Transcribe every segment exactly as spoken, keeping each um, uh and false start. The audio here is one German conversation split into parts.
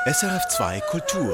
S R F zwei Kultur.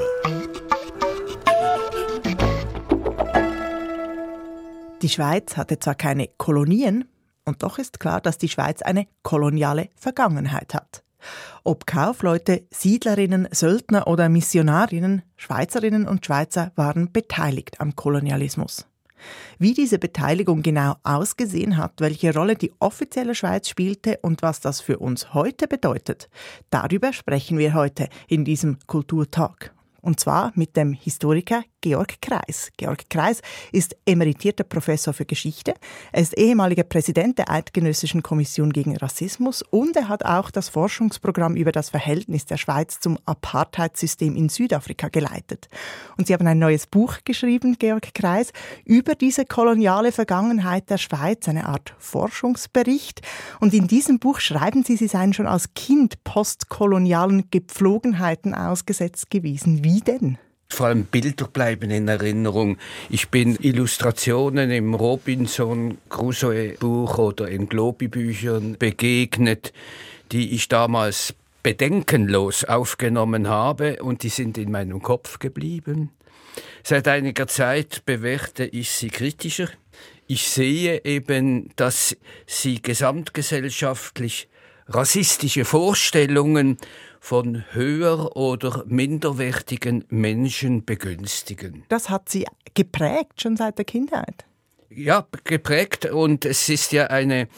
Die Schweiz hatte zwar keine Kolonien, und doch ist klar, dass die Schweiz eine koloniale Vergangenheit hat. Ob Kaufleute, Siedlerinnen, Söldner oder Missionarinnen, Schweizerinnen und Schweizer waren beteiligt am Kolonialismus. Wie diese Beteiligung genau ausgesehen hat, welche Rolle die offizielle Schweiz spielte und was das für uns heute bedeutet, darüber sprechen wir heute in diesem Kulturtalk. Und zwar mit dem Historiker Georg Kreis. Georg Kreis ist emeritierter Professor für Geschichte. Er ist ehemaliger Präsident der Eidgenössischen Kommission gegen Rassismus und er hat auch das Forschungsprogramm über das Verhältnis der Schweiz zum Apartheidssystem in Südafrika geleitet. Und Sie haben ein neues Buch geschrieben, Georg Kreis, über diese koloniale Vergangenheit der Schweiz, eine Art Forschungsbericht. Und in diesem Buch schreiben Sie, Sie seien schon als Kind postkolonialen Gepflogenheiten ausgesetzt gewesen. Wie denn? Vor allem Bilder bleiben in Erinnerung. Ich bin Illustrationen im Robinson Crusoe-Buch oder in Globi-Büchern begegnet, die ich damals bedenkenlos aufgenommen habe und die sind in meinem Kopf geblieben. Seit einiger Zeit bewerte ich sie kritischer. Ich sehe eben, dass sie gesamtgesellschaftlich rassistische Vorstellungen von höher- oder minderwertigen Menschen begünstigen. Das hat Sie geprägt, schon seit der Kindheit? Ja, geprägt. Und es ist ja eine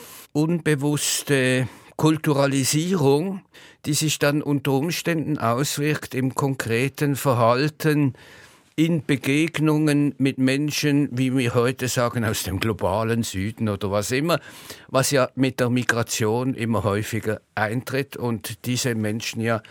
unbewusste Kulturalisierung, die sich dann unter Umständen auswirkt im konkreten Verhalten, in Begegnungen mit Menschen, wie wir heute sagen, aus dem globalen Süden oder was immer, was ja mit der Migration immer häufiger eintritt und diese Menschen ja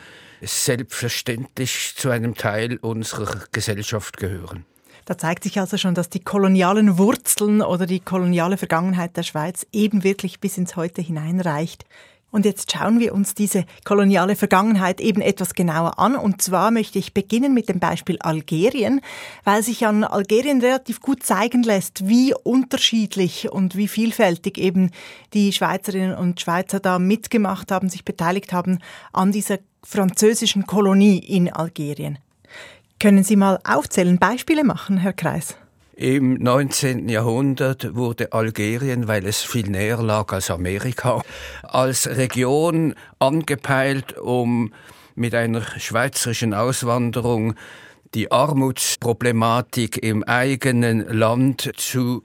selbstverständlich zu einem Teil unserer Gesellschaft gehören. Da zeigt sich also schon, dass die kolonialen Wurzeln oder die koloniale Vergangenheit der Schweiz eben wirklich bis ins Heute hineinreicht. Und jetzt schauen wir uns diese koloniale Vergangenheit eben etwas genauer an. Und zwar möchte ich beginnen mit dem Beispiel Algerien, weil sich an Algerien relativ gut zeigen lässt, wie unterschiedlich und wie vielfältig eben die Schweizerinnen und Schweizer da mitgemacht haben, sich beteiligt haben an dieser französischen Kolonie in Algerien. Können Sie mal aufzählen, Beispiele machen, Herr Kreis? Im neunzehnten Jahrhundert wurde Algerien, weil es viel näher lag als Amerika, als Region angepeilt, um mit einer schweizerischen Auswanderung die Armutsproblematik im eigenen Land zu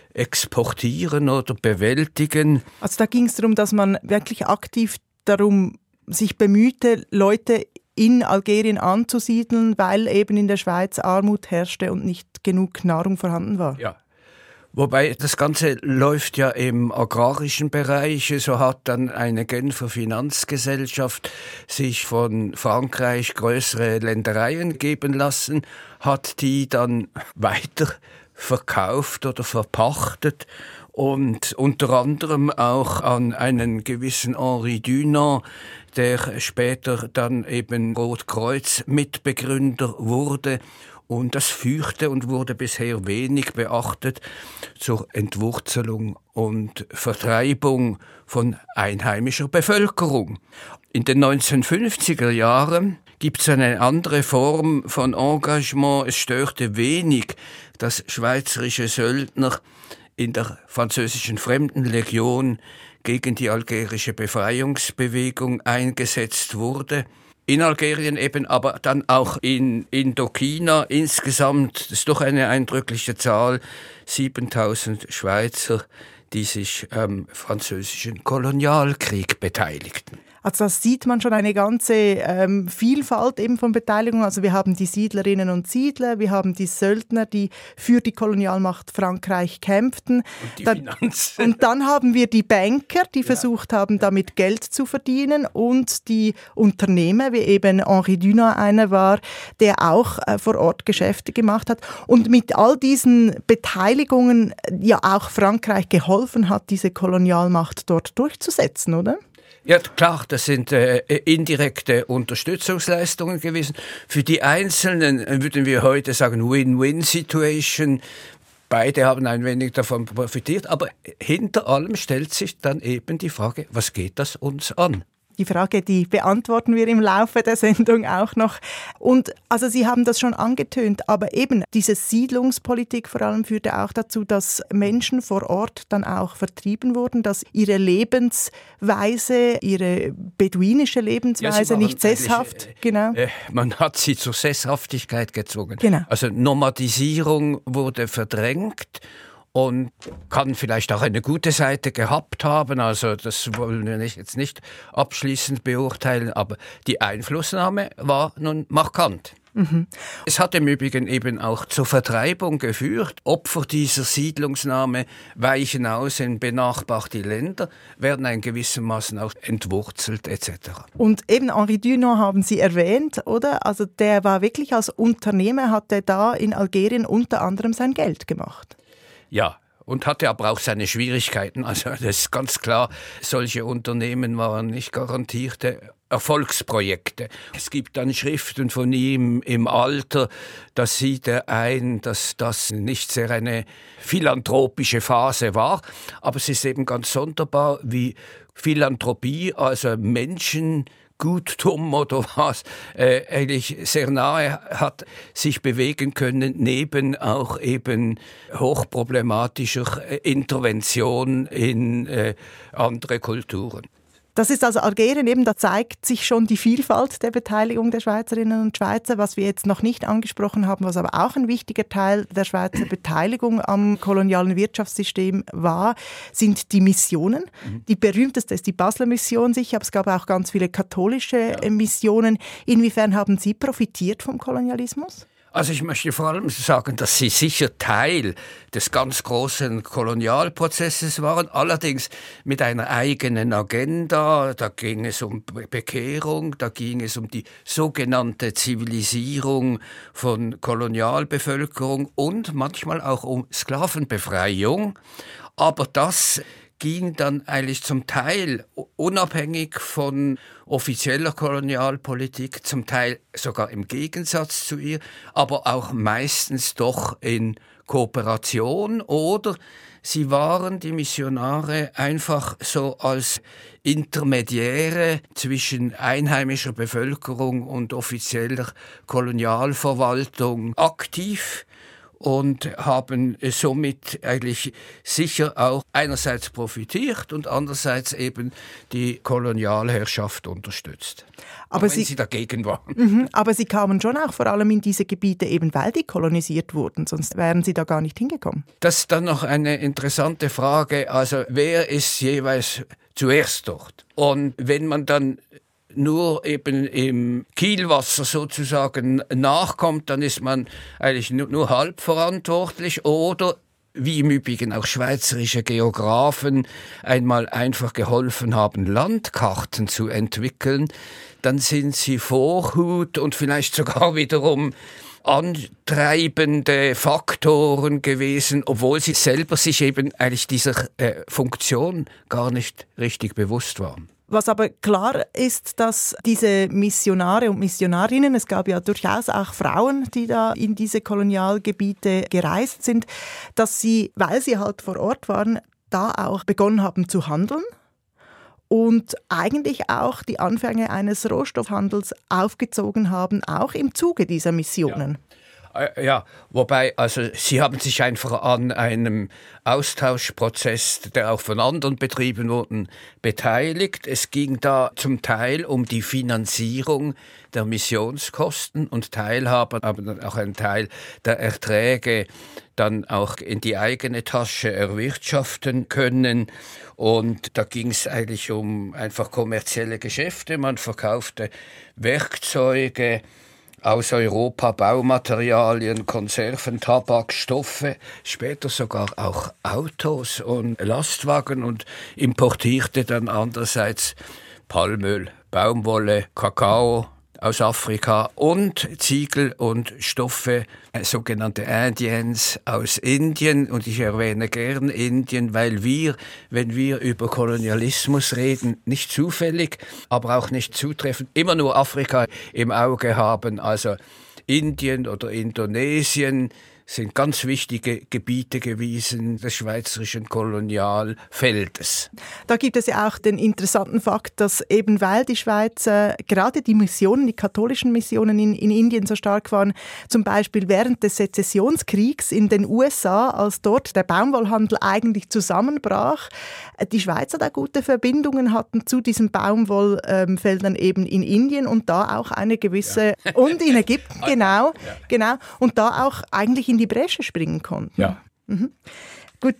exportieren oder bewältigen. Also da ging es darum, dass man wirklich aktiv darum sich bemühte, Leute in Algerien anzusiedeln, weil eben in der Schweiz Armut herrschte und nicht genug Nahrung vorhanden war. Ja. Wobei das Ganze läuft ja im agrarischen Bereich. So hat dann eine Genfer Finanzgesellschaft sich von Frankreich größere Ländereien geben lassen, hat die dann weiter verkauft oder verpachtet und unter anderem auch an einen gewissen Henri Dunant, der später dann eben Rotkreuz-Mitbegründer wurde. Und das führte und wurde bisher wenig beachtet zur Entwurzelung und Vertreibung von einheimischer Bevölkerung. In den neunzehnhundertfünfziger Jahren gibt es eine andere Form von Engagement. Es störte wenig, dass schweizerische Söldner in der französischen Fremdenlegion gegen die algerische Befreiungsbewegung eingesetzt wurde. In Algerien eben, aber dann auch in Indochina. Insgesamt, das ist doch eine eindrückliche Zahl, siebentausend Schweizer, die sich am französischen Kolonialkrieg beteiligten. Also das sieht man schon eine ganze ähm, Vielfalt eben von Beteiligung. Also wir haben die Siedlerinnen und Siedler, wir haben die Söldner, die für die Kolonialmacht Frankreich kämpften. Und die dann, Finanzen. Und dann haben wir die Banker, die ja. versucht haben, damit Geld zu verdienen, und die Unternehmer, wie eben Henri Dunant einer war, der auch äh, vor Ort Geschäfte gemacht hat. Und mit all diesen Beteiligungen ja auch Frankreich geholfen hat, diese Kolonialmacht dort durchzusetzen, oder? Ja, klar, das sind äh, indirekte Unterstützungsleistungen gewesen. Für die Einzelnen würden wir heute sagen Win-Win-Situation. Beide haben ein wenig davon profitiert, aber hinter allem stellt sich dann eben die Frage, was geht das uns an? Die Frage, die beantworten wir im Laufe der Sendung auch noch. Und also Sie haben das schon angetönt, aber eben diese Siedlungspolitik vor allem führte auch dazu, dass Menschen vor Ort dann auch vertrieben wurden, dass ihre Lebensweise, ihre beduinische Lebensweise ja, nicht sesshaft, äh, genau. Äh, man hat sie zur Sesshaftigkeit gezwungen. Genau. Also Nomadisierung wurde verdrängt. Und kann vielleicht auch eine gute Seite gehabt haben, also das wollen wir nicht, jetzt nicht abschließend beurteilen, aber die Einflussnahme war nun markant. Mhm. Es hat im Übrigen eben auch zur Vertreibung geführt. Opfer dieser Siedlungsnahme weichen aus in benachbarte Länder, werden in gewissermaßen auch entwurzelt et cetera. Und eben Henri Dunant haben Sie erwähnt, oder? Also der war wirklich als Unternehmer, hat er da in Algerien unter anderem sein Geld gemacht. Ja, und hatte aber auch seine Schwierigkeiten. Also das ist ganz klar, solche Unternehmen waren nicht garantierte Erfolgsprojekte. Es gibt dann Schriften von ihm im Alter, da sieht er ein, dass das nicht sehr eine philanthropische Phase war. Aber es ist eben ganz sonderbar, wie Philanthropie, also Menschen Guttum oder was, äh, eigentlich sehr nahe hat sich bewegen können, neben auch eben hochproblematischer Intervention in äh, andere Kulturen. Das ist also Algerien eben, da zeigt sich schon die Vielfalt der Beteiligung der Schweizerinnen und Schweizer. Was wir jetzt noch nicht angesprochen haben, was aber auch ein wichtiger Teil der Schweizer Beteiligung am kolonialen Wirtschaftssystem war, sind die Missionen. Mhm. Die berühmteste ist die Basler Mission sicher, aber es gab auch ganz viele katholische ja. Missionen. Inwiefern haben Sie profitiert vom Kolonialismus? Also ich möchte vor allem sagen, dass sie sicher Teil des ganz großen Kolonialprozesses waren, allerdings mit einer eigenen Agenda. Da ging es um Bekehrung, da ging es um die sogenannte Zivilisierung von Kolonialbevölkerung und manchmal auch um Sklavenbefreiung. Aber das ging dann eigentlich zum Teil unabhängig von offizieller Kolonialpolitik, zum Teil sogar im Gegensatz zu ihr, aber auch meistens doch in Kooperation oder sie waren, die Missionare, einfach so als Intermediäre zwischen einheimischer Bevölkerung und offizieller Kolonialverwaltung aktiv und haben somit eigentlich sicher auch einerseits profitiert und andererseits eben die Kolonialherrschaft unterstützt. Aber sie, sie dagegen waren. Mhm, aber sie kamen schon auch vor allem in diese Gebiete, eben weil die kolonisiert wurden, sonst wären sie da gar nicht hingekommen. Das ist dann noch eine interessante Frage. Also wer ist jeweils zuerst dort? Und wenn man dann nur eben im Kielwasser sozusagen nachkommt, dann ist man eigentlich nur, nur halb verantwortlich oder wie im Übrigen auch schweizerische Geografen einmal einfach geholfen haben, Landkarten zu entwickeln, dann sind sie Vorhut und vielleicht sogar wiederum antreibende Faktoren gewesen, obwohl sie selber sich eben eigentlich dieser äh, Funktion gar nicht richtig bewusst waren. Was aber klar ist, dass diese Missionare und Missionarinnen, es gab ja durchaus auch Frauen, die da in diese Kolonialgebiete gereist sind, dass sie, weil sie halt vor Ort waren, da auch begonnen haben zu handeln und eigentlich auch die Anfänge eines Rohstoffhandels aufgezogen haben, auch im Zuge dieser Missionen. Ja. Ja, wobei, also sie haben sich einfach an einem Austauschprozess, der auch von anderen betrieben wurde, beteiligt. Es ging da zum Teil um die Finanzierung der Missionskosten und Teilhaber, aber dann auch ein Teil der Erträge dann auch in die eigene Tasche erwirtschaften können. Und da ging es eigentlich um einfach kommerzielle Geschäfte. Man verkaufte Werkzeuge aus Europa, Baumaterialien, Konserven, Tabak, Stoffe, später sogar auch Autos und Lastwagen und importierte dann andererseits Palmöl, Baumwolle, Kakao aus Afrika und Ziegel und Stoffe, sogenannte Indiens aus Indien. Und ich erwähne gern Indien, weil wir, wenn wir über Kolonialismus reden, nicht zufällig, aber auch nicht zutreffend, immer nur Afrika im Auge haben. Also Indien oder Indonesien sind ganz wichtige Gebiete gewesen des schweizerischen Kolonialfeldes. Da gibt es ja auch den interessanten Fakt, dass eben weil die Schweiz äh, gerade die Missionen, die katholischen Missionen in, in Indien so stark waren, zum Beispiel während des Sezessionskriegs in den U S A, als dort der Baumwollhandel eigentlich zusammenbrach, äh, die Schweizer da gute Verbindungen hatten zu diesen Baumwollfeldern ähm, eben in Indien und da auch eine gewisse, ja. und in Ägypten, genau, ja. genau, und da auch eigentlich in die Bresche springen konnten. Ja. Mhm. Gut.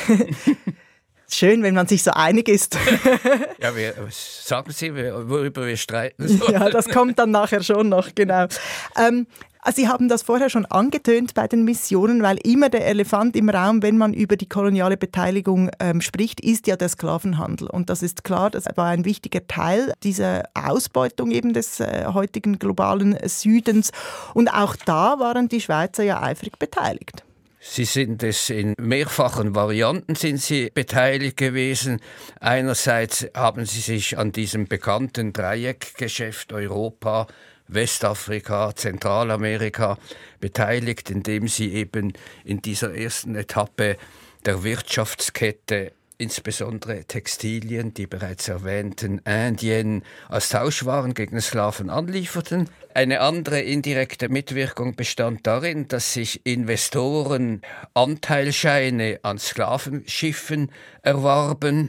Schön, wenn man sich so einig ist. Ja, wir, sagen Sie, worüber wir streiten. Ja, das kommt dann nachher schon noch, genau. Ähm, also Sie haben das vorher schon angetönt bei den Missionen, weil immer der Elefant im Raum, wenn man über die koloniale Beteiligung ähm, spricht, ist ja der Sklavenhandel. Und das ist klar, das war ein wichtiger Teil dieser Ausbeutung eben des äh, heutigen globalen Südens. Und auch da waren die Schweizer ja eifrig beteiligt. Sie sind es in mehrfachen Varianten sind Sie beteiligt gewesen. Einerseits haben Sie sich an diesem bekannten Dreieckgeschäft Europa, Westafrika, Zentralamerika beteiligt, indem Sie eben in dieser ersten Etappe der Wirtschaftskette insbesondere Textilien, die bereits erwähnten Indien, als Tauschwaren gegen Sklaven anlieferten. Eine andere indirekte Mitwirkung bestand darin, dass sich Investoren Anteilscheine an Sklavenschiffen erwarben.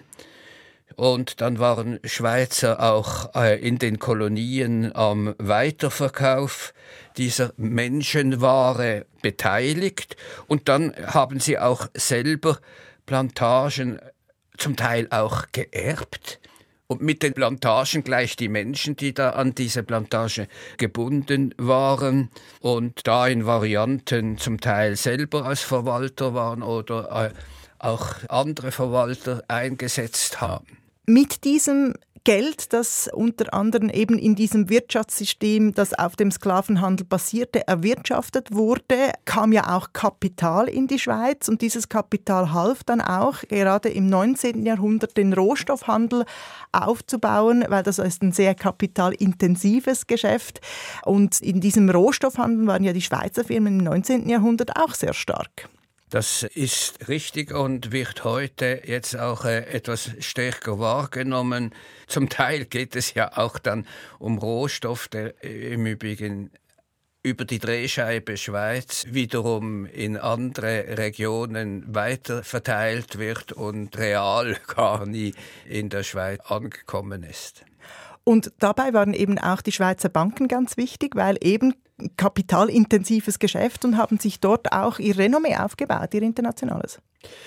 Und dann waren Schweizer auch äh, in den Kolonien am Weiterverkauf dieser Menschenware beteiligt. Und dann haben sie auch selber Plantagen zum Teil auch geerbt. Und mit den Plantagen gleich die Menschen, die da an diese Plantage gebunden waren und da in Varianten zum Teil selber als Verwalter waren oder äh, auch andere Verwalter eingesetzt haben. Mit diesem Geld, das unter anderem eben in diesem Wirtschaftssystem, das auf dem Sklavenhandel basierte, erwirtschaftet wurde, kam ja auch Kapital in die Schweiz und dieses Kapital half dann auch gerade im neunzehnten Jahrhundert den Rohstoffhandel aufzubauen, weil das ist ein sehr kapitalintensives Geschäft und in diesem Rohstoffhandel waren ja die Schweizer Firmen im neunzehnten Jahrhundert auch sehr stark. Das ist richtig und wird heute jetzt auch äh, etwas stärker wahrgenommen. Zum Teil geht es ja auch dann um Rohstoff, der äh, im Übrigen über die Drehscheibe Schweiz wiederum in andere Regionen weiter verteilt wird und real gar nie in der Schweiz angekommen ist. Und dabei waren eben auch die Schweizer Banken ganz wichtig, weil eben kapitalintensives Geschäft und haben sich dort auch ihr Renommee aufgebaut, ihr internationales.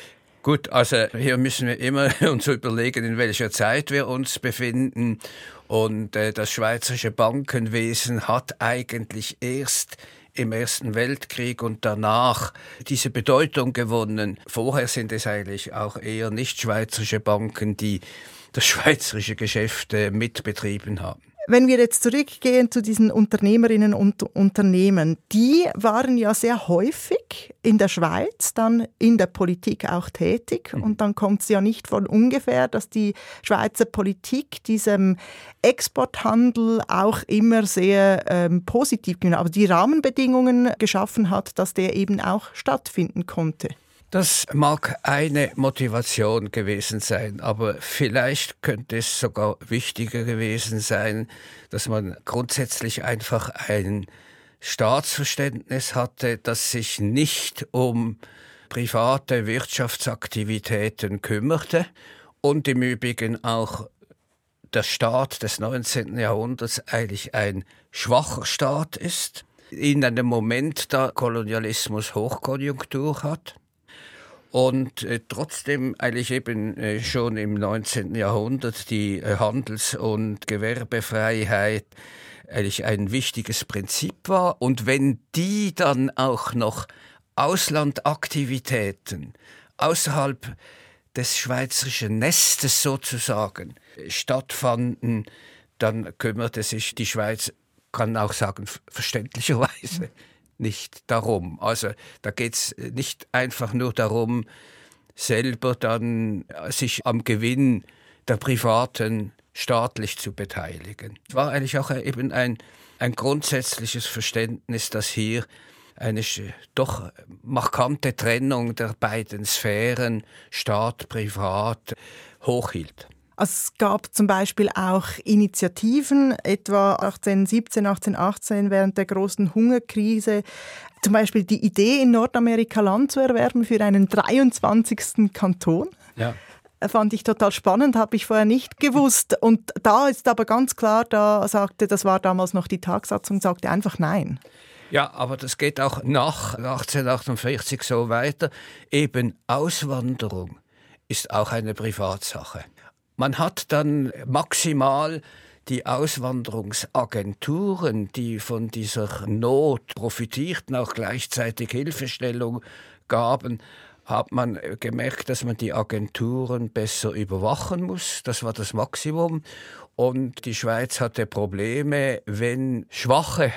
Gut, also hier müssen wir immer uns überlegen, in welcher Zeit wir uns befinden. Und äh, das schweizerische Bankenwesen hat eigentlich erst im Ersten Weltkrieg und danach diese Bedeutung gewonnen. Vorher sind es eigentlich auch eher nicht schweizerische Banken, die das schweizerische Geschäft äh, mitbetrieben haben. Wenn wir jetzt zurückgehen zu diesen Unternehmerinnen und Unternehmen, die waren ja sehr häufig in der Schweiz, dann in der Politik auch tätig. Und dann kommt es ja nicht von ungefähr, dass die Schweizer Politik diesem Exporthandel auch immer sehr ähm, positiv, aber die Rahmenbedingungen geschaffen hat, dass der eben auch stattfinden konnte. Das mag eine Motivation gewesen sein, aber vielleicht könnte es sogar wichtiger gewesen sein, dass man grundsätzlich einfach ein Staatsverständnis hatte, das sich nicht um private Wirtschaftsaktivitäten kümmerte und im Übrigen auch der Staat des neunzehnten Jahrhunderts eigentlich ein schwacher Staat ist, in einem Moment, da Kolonialismus Hochkonjunktur hat. Und äh, trotzdem eigentlich eben äh, schon im neunzehnten Jahrhundert die äh, Handels- und Gewerbefreiheit eigentlich ein wichtiges Prinzip war. Und wenn die dann auch noch Auslandaktivitäten außerhalb des schweizerischen Nestes sozusagen äh, stattfanden, dann kümmerte sich die Schweiz, kann auch sagen, verständlicherweise nicht darum. Also da geht es nicht einfach nur darum, selber dann sich am Gewinn der Privaten staatlich zu beteiligen. Es war eigentlich auch eben ein, ein grundsätzliches Verständnis, dass hier eine doch markante Trennung der beiden Sphären, Staat, Privat, hochhielt. Es gab zum Beispiel auch Initiativen, etwa achtzehnhundertsiebzehn, achtzehnhundertachtzehn während der großen Hungerkrise, zum Beispiel die Idee, in Nordamerika Land zu erwerben für einen dreiundzwanzigsten Kanton. Ja. Fand ich total spannend, habe ich vorher nicht gewusst. Und da ist aber ganz klar, da sagte, das war damals noch die Tagsatzung, sagte einfach nein. Ja, aber das geht auch nach achtzehnhundertachtundvierzig so weiter. Eben Auswanderung ist auch eine Privatsache. Man hat dann maximal die Auswanderungsagenturen, die von dieser Not profitierten, auch gleichzeitig Hilfestellung gaben, hat man gemerkt, dass man die Agenturen besser überwachen muss. Das war das Maximum. Und die Schweiz hatte Probleme, wenn schwache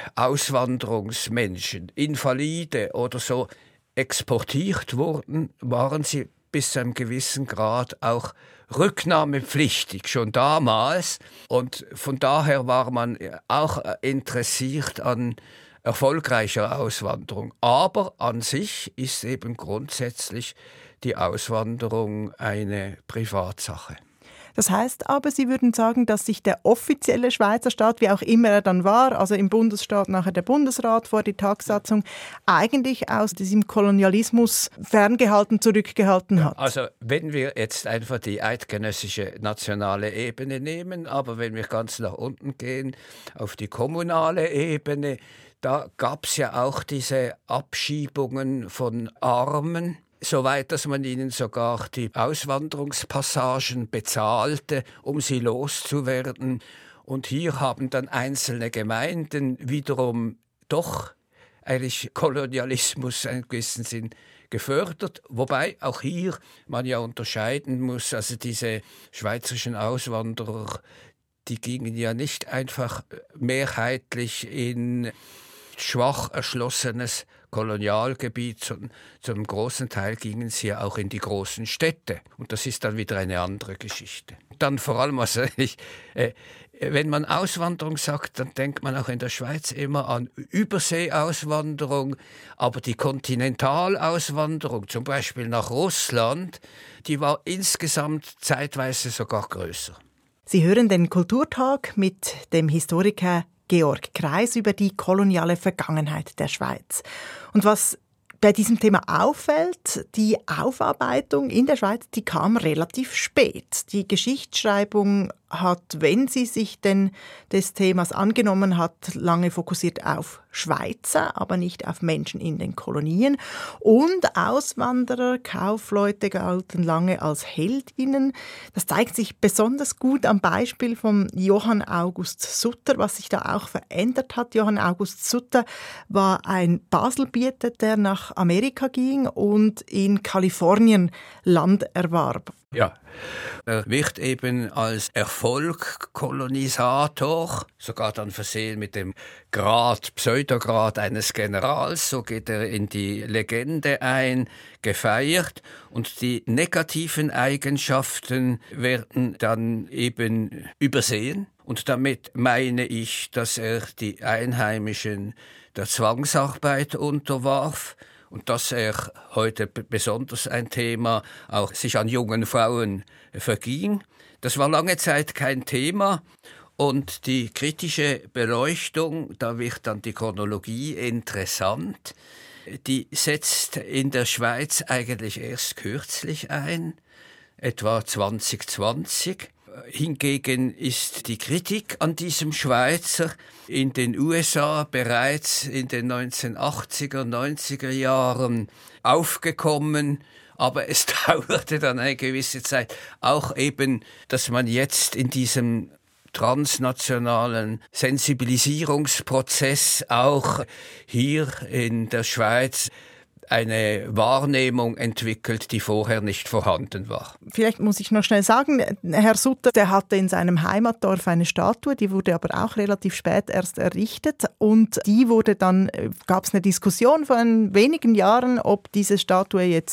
Auswanderungsmenschen, Invalide oder so exportiert wurden, waren sie bis zu einem gewissen Grad auch rücknahmepflichtig, schon damals. Und von daher war man auch interessiert an erfolgreicher Auswanderung. Aber an sich ist eben grundsätzlich die Auswanderung eine Privatsache. Das heißt aber, Sie würden sagen, dass sich der offizielle Schweizer Staat, wie auch immer er dann war, also im Bundesstaat nachher der Bundesrat vor die Tagsatzung, eigentlich aus diesem Kolonialismus ferngehalten, zurückgehalten hat. Ja, also wenn wir jetzt einfach die eidgenössische nationale Ebene nehmen, aber wenn wir ganz nach unten gehen, auf die kommunale Ebene, da gab es ja auch diese Abschiebungen von Armen, soweit, dass man ihnen sogar die Auswanderungspassagen bezahlte, um sie loszuwerden. Und hier haben dann einzelne Gemeinden wiederum doch eigentlich Kolonialismus in einem gewissen Sinn gefördert. Wobei auch hier man ja unterscheiden muss, also diese schweizerischen Auswanderer, die gingen ja nicht einfach mehrheitlich in schwach erschlossenes Kolonialgebiet, sondern zum großen Teil gingen sie ja auch in die großen Städte. Und das ist dann wieder eine andere Geschichte. Dann vor allem, also ich, äh, wenn man Auswanderung sagt, dann denkt man auch in der Schweiz immer an Überseeauswanderung, aber die Kontinentalauswanderung, zum Beispiel nach Russland, die war insgesamt zeitweise sogar größer. Sie hören den Kulturtag mit dem Historiker Georg Kreis über die koloniale Vergangenheit der Schweiz. Und was bei diesem Thema auffällt, die Aufarbeitung in der Schweiz, die kam relativ spät. Die Geschichtsschreibung hat, wenn sie sich denn des Themas angenommen hat, lange fokussiert auf Schweizer, aber nicht auf Menschen in den Kolonien. Und Auswanderer, Kaufleute galten lange als Heldinnen. Das zeigt sich besonders gut am Beispiel von Johann August Sutter, was sich da auch verändert hat. Johann August Sutter war ein Baselbieter, der nach Amerika ging und in Kalifornien Land erwarb. Ja, er wird eben als Erfolgkolonisator, sogar dann versehen mit dem Grad, Pseudograd eines Generals, so geht er in die Legende ein, gefeiert. Und die negativen Eigenschaften werden dann eben übersehen. Und damit meine ich, dass er die Einheimischen der Zwangsarbeit unterwarf. Und dass er heute besonders ein Thema auch sich an jungen Frauen verging. Das war lange Zeit kein Thema. Und die kritische Beleuchtung, da wird dann die Chronologie interessant, die setzt in der Schweiz eigentlich erst kürzlich ein, etwa zwanzig zwanzig. Hingegen ist die Kritik an diesem Schweizer in den U S A bereits in den neunzehnhundertachtziger, neunziger Jahren aufgekommen. Aber es dauerte dann eine gewisse Zeit. Auch eben, dass man jetzt in diesem transnationalen Sensibilisierungsprozess auch hier in der Schweiz eine Wahrnehmung entwickelt, die vorher nicht vorhanden war. Vielleicht muss ich noch schnell sagen, Herr Sutter, der hatte in seinem Heimatdorf eine Statue, die wurde aber auch relativ spät erst errichtet und die wurde dann, gab es eine Diskussion vor wenigen Jahren, ob diese Statue jetzt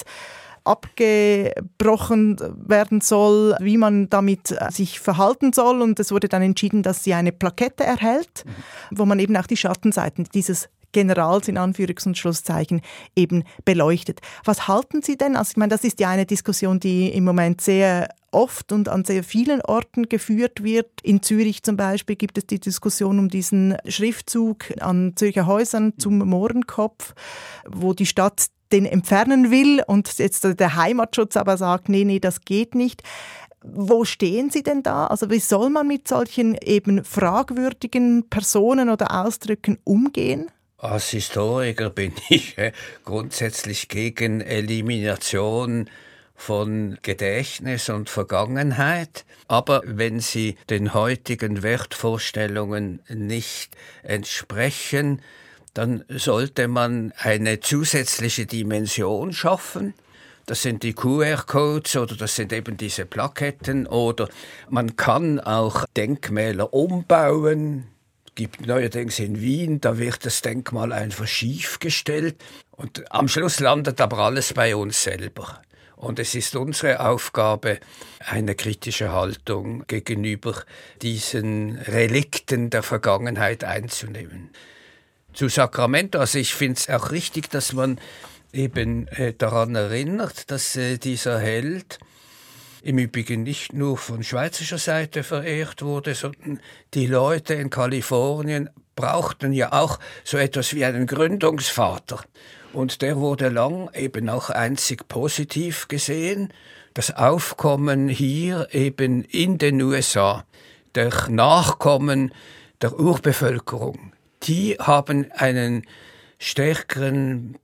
abgebrochen werden soll, wie man damit sich verhalten soll. Und es wurde dann entschieden, dass sie eine Plakette erhält, mhm. wo man eben auch die Schattenseiten dieses Generals in Anführungs- und Schlusszeichen eben beleuchtet. Was halten Sie denn? Also ich meine, das ist ja eine Diskussion, die im Moment sehr oft und an sehr vielen Orten geführt wird. In Zürich zum Beispiel gibt es die Diskussion um diesen Schriftzug an Zürcher Häusern zum Mohrenkopf, wo die Stadt den entfernen will und jetzt der Heimatschutz aber sagt, nee, nee, das geht nicht. Wo stehen Sie denn da? Also wie soll man mit solchen eben fragwürdigen Personen oder Ausdrücken umgehen? Als Historiker bin ich äh, grundsätzlich gegen Elimination von Gedächtnis und Vergangenheit. Aber wenn sie den heutigen Wertvorstellungen nicht entsprechen, dann sollte man eine zusätzliche Dimension schaffen. Das sind die Q R-Codes oder das sind eben diese Plaketten oder man kann auch Denkmäler umbauen. Es gibt neuerdings in Wien, da wird das Denkmal einfach schief gestellt und am Schluss landet aber alles bei uns selber. Und es ist unsere Aufgabe, eine kritische Haltung gegenüber diesen Relikten der Vergangenheit einzunehmen. Zu Sacramento, also ich finde es auch richtig, dass man eben äh, daran erinnert, dass äh, dieser Held im Übrigen nicht nur von schweizerischer Seite verehrt wurde, sondern die Leute in Kalifornien brauchten ja auch so etwas wie einen Gründungsvater. Und der wurde lang eben auch einzig positiv gesehen. Das Aufkommen hier eben in den U S A, der Nachkommen der Urbevölkerung, die haben einen stärkeren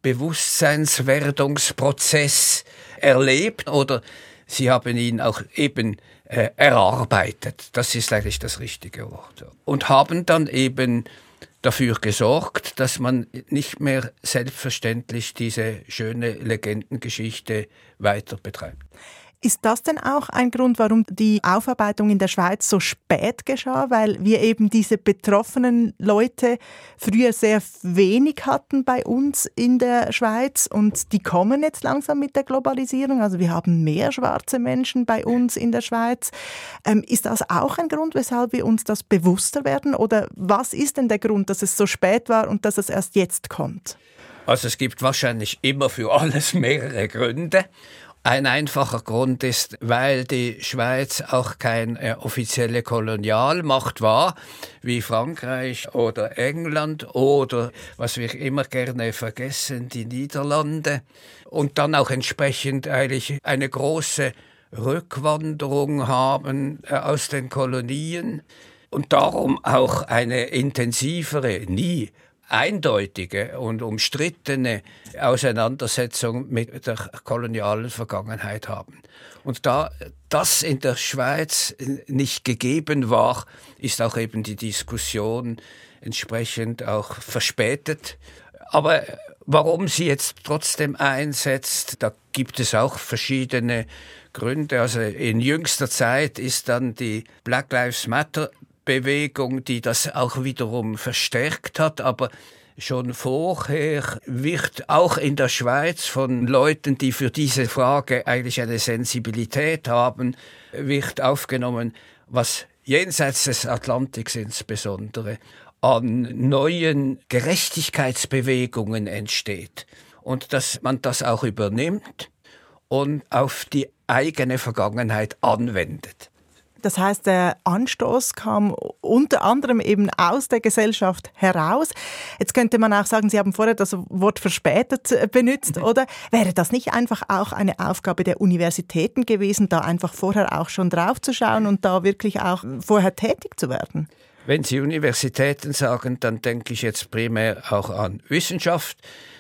Bewusstseinswerdungsprozess erlebt oder sie haben ihn auch eben äh, erarbeitet. Das ist eigentlich das richtige Wort. Und haben dann eben dafür gesorgt, dass man nicht mehr selbstverständlich diese schöne Legendengeschichte weiter betreibt. Ist das denn auch ein Grund, warum die Aufarbeitung in der Schweiz so spät geschah? Weil wir eben diese betroffenen Leute früher sehr wenig hatten bei uns in der Schweiz und die kommen jetzt langsam mit der Globalisierung. Also wir haben mehr schwarze Menschen bei uns in der Schweiz. Ähm, ist das auch ein Grund, weshalb wir uns das bewusster werden? Oder was ist denn der Grund, dass es so spät war und dass es erst jetzt kommt? Also es gibt wahrscheinlich immer für alles mehrere Gründe. Ein einfacher Grund ist, weil die Schweiz auch keine äh, offizielle Kolonialmacht war, wie Frankreich oder England oder, was wir immer gerne vergessen, die Niederlande. Und dann auch entsprechend eigentlich eine große Rückwanderung haben äh, aus den Kolonien und darum auch eine intensivere, nie eindeutige und umstrittene Auseinandersetzung mit der kolonialen Vergangenheit haben. Und da das in der Schweiz nicht gegeben war, ist auch eben die Diskussion entsprechend auch verspätet. Aber warum sie jetzt trotzdem einsetzt, da gibt es auch verschiedene Gründe. Also in jüngster Zeit ist dann die Black Lives Matter Bewegung, die das auch wiederum verstärkt hat, aber schon vorher wird auch in der Schweiz von Leuten, die für diese Frage eigentlich eine Sensibilität haben, wird aufgenommen, was jenseits des Atlantiks insbesondere an neuen Gerechtigkeitsbewegungen entsteht und dass man das auch übernimmt und auf die eigene Vergangenheit anwendet. Das heißt, der Anstoß kam unter anderem eben aus der Gesellschaft heraus. Jetzt könnte man auch sagen, Sie haben vorher das Wort verspätet benutzt, oder? Wäre das nicht einfach auch eine Aufgabe der Universitäten gewesen, da einfach vorher auch schon drauf zu schauen und da wirklich auch vorher tätig zu werden? Wenn Sie Universitäten sagen, dann denke ich jetzt primär auch an Wissenschaft.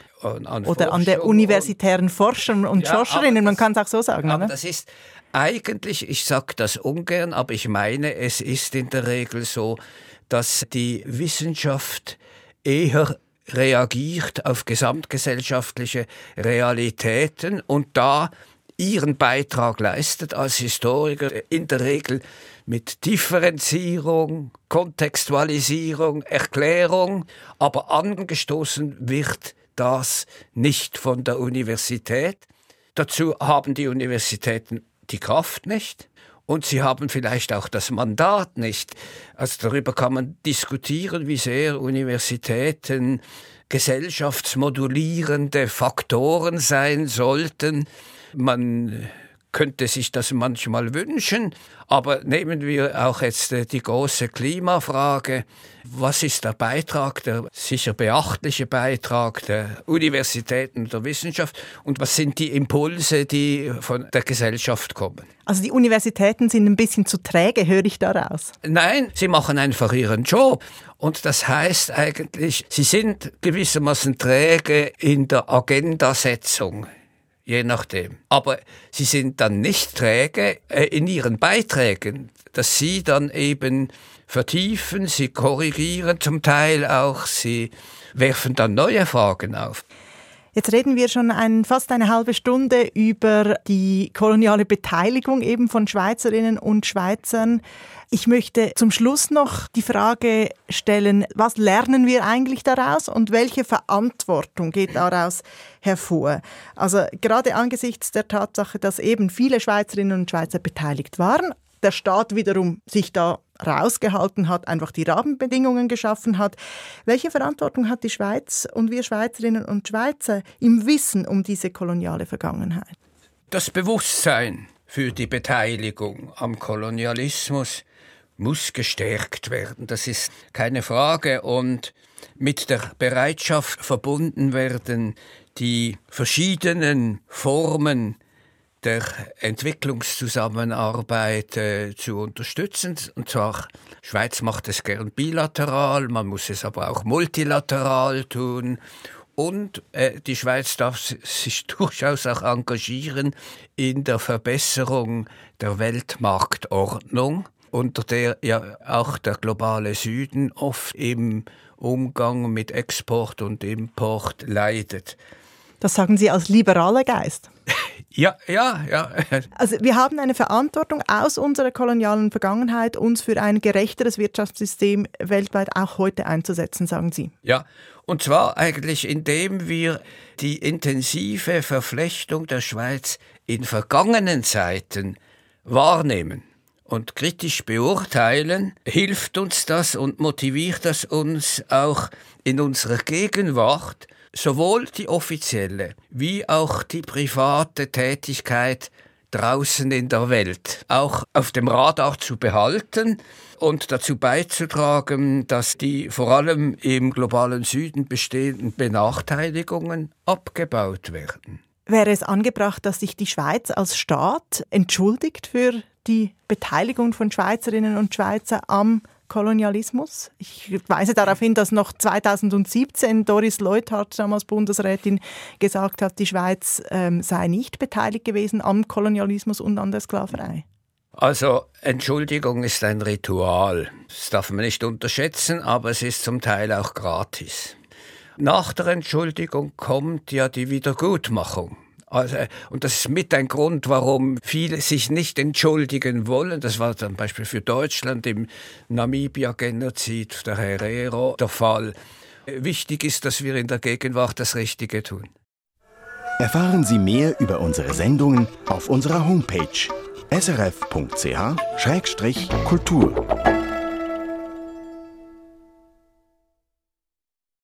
An oder an der universitären Forscher und ja, Forscherinnen, man kann es auch so sagen. Aber oder? Das ist eigentlich, ich sage das ungern, aber ich meine, es ist in der Regel so, dass die Wissenschaft eher reagiert auf gesamtgesellschaftliche Realitäten und da ihren Beitrag leistet als Historiker, in der Regel mit Differenzierung, Kontextualisierung, Erklärung, aber angestoßen wird das nicht von der Universität. Dazu haben die Universitäten die Kraft nicht und sie haben vielleicht auch das Mandat nicht. Also darüber kann man diskutieren, wie sehr Universitäten gesellschaftsmodulierende Faktoren sein sollten. Man könnte sich das manchmal wünschen, aber nehmen wir auch jetzt die große Klimafrage. Was ist der Beitrag, der sicher beachtliche Beitrag der Universitäten und der Wissenschaft und was sind die Impulse, die von der Gesellschaft kommen? Also die Universitäten sind ein bisschen zu träge, höre ich daraus. Nein, sie machen einfach ihren Job. Und das heißt eigentlich, sie sind gewissermaßen träge in der Agendasetzung. Je nachdem. Aber sie sind dann nicht träge äh, in ihren Beiträgen, dass sie dann eben vertiefen, sie korrigieren zum Teil auch, sie werfen dann neue Fragen auf. Jetzt reden wir schon ein, fast eine halbe Stunde über die koloniale Beteiligung eben von Schweizerinnen und Schweizern. Ich möchte zum Schluss noch die Frage stellen, was lernen wir eigentlich daraus und welche Verantwortung geht daraus hervor? Also gerade angesichts der Tatsache, dass eben viele Schweizerinnen und Schweizer beteiligt waren, der Staat wiederum sich da rausgehalten hat, einfach die Rahmenbedingungen geschaffen hat. Welche Verantwortung hat die Schweiz und wir Schweizerinnen und Schweizer im Wissen um diese koloniale Vergangenheit? Das Bewusstsein für die Beteiligung am Kolonialismus muss gestärkt werden. Das ist keine Frage. Und mit der Bereitschaft verbunden werden die verschiedenen Formen der Entwicklungszusammenarbeit äh, zu unterstützen. Und zwar, die Schweiz macht es gern bilateral, man muss es aber auch multilateral tun. Und äh, die Schweiz darf sich durchaus auch engagieren in der Verbesserung der Weltmarktordnung, unter der ja auch der globale Süden oft im Umgang mit Export und Import leidet. Das sagen Sie als liberaler Geist? Ja, ja, ja. Also wir haben eine Verantwortung aus unserer kolonialen Vergangenheit, uns für ein gerechteres Wirtschaftssystem weltweit auch heute einzusetzen, sagen Sie. Ja, und zwar eigentlich, indem wir die intensive Verflechtung der Schweiz in vergangenen Zeiten wahrnehmen und kritisch beurteilen, hilft uns das und motiviert das uns auch in unserer Gegenwart, sowohl die offizielle wie auch die private Tätigkeit draußen in der Welt auch auf dem Radar zu behalten und dazu beizutragen, dass die vor allem im globalen Süden bestehenden Benachteiligungen abgebaut werden. Wäre es angebracht, dass sich die Schweiz als Staat entschuldigt für die Beteiligung von Schweizerinnen und Schweizern am Kolonialismus? Ich weise darauf hin, dass noch zweitausendsiebzehn Doris Leuthard, damals Bundesrätin, gesagt hat, die Schweiz ähm, sei nicht beteiligt gewesen am Kolonialismus und an der Sklaverei. Also Entschuldigung ist ein Ritual. Das darf man nicht unterschätzen, aber es ist zum Teil auch gratis. Nach der Entschuldigung kommt ja die Wiedergutmachung. Also, und das ist mit ein Grund, warum viele sich nicht entschuldigen wollen. Das war zum Beispiel für Deutschland im Namibia-Genozid der Herero der Fall. Wichtig ist, dass wir in der Gegenwart das Richtige tun. Erfahren Sie mehr über unsere Sendungen auf unserer Homepage s r f punkt c h Schrägstrich Kultur.